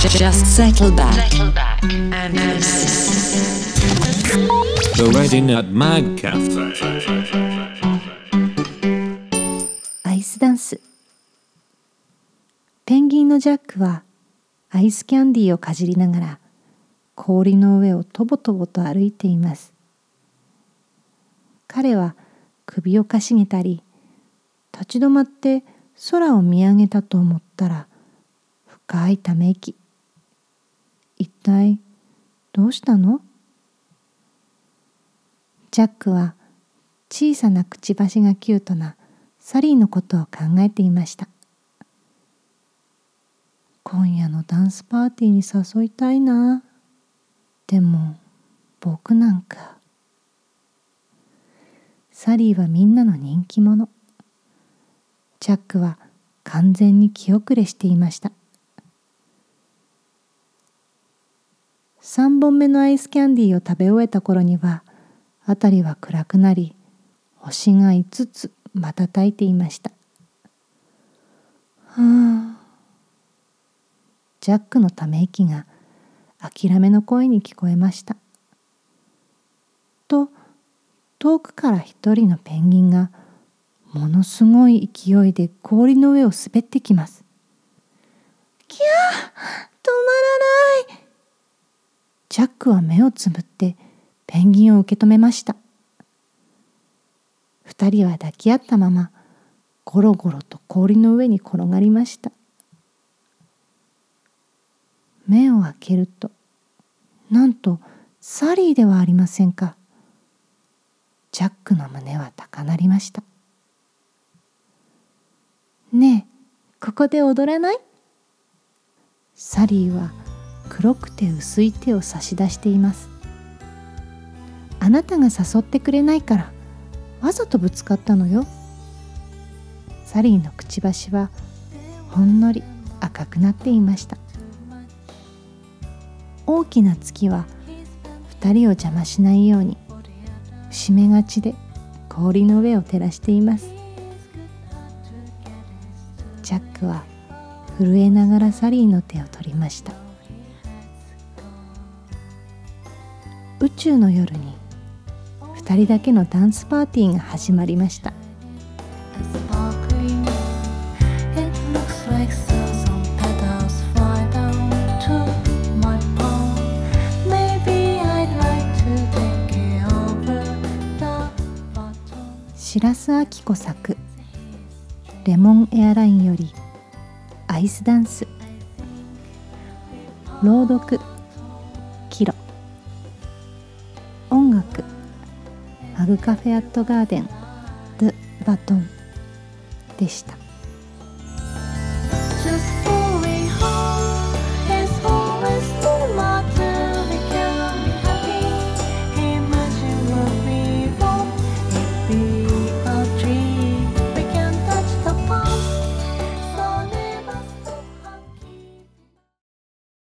Just settle back and listen. The Reading at Mag Cafe. アイスダンス。ペンギンのジャックはアイスキャンディーをかじりながら氷の上をとぼとぼと歩いています。彼は首をかしげたり、立ち止まって空を見上げたと思ったら深いため息。一体どうしたの？ジャックは小さなくちばしがキュートなサリーのことを考えていました。今夜のダンスパーティーに誘いたいな。でも僕なんか。サリーはみんなの人気者。ジャックは完全に気遅れしていました。3本目のアイスキャンディーを食べ終えた頃には、あたりは暗くなり、星が5つ瞬いていました。はあ。ジャックのため息が諦めの声に聞こえました。と、遠くから一人のペンギンがものすごい勢いで氷の上を滑ってきます。キャー、止まらない。ジャックは目をつぶってペンギンを受け止めました。二人は抱き合ったままゴロゴロと氷の上に転がりました。目を開けると、なんとサリーではありませんか。ジャックの胸は高鳴りました。ねえ、ここで踊らない？サリーは黒くて薄い手を差し出しています。あなたが誘ってくれないからわざとぶつかったのよ。サリーのくちばしはほんのり赤くなっていました。大きな月は二人を邪魔しないように伏し目がちで氷の上を照らしています。ジャックは震えながらサリーの手を取りました。宇宙の夜に二人だけのダンスパーティーが始まりました。白洲明子作レモンエアラインよりアイスダンス。朗読キロ。音楽マグカフェアットガーデンドゥバトンでした。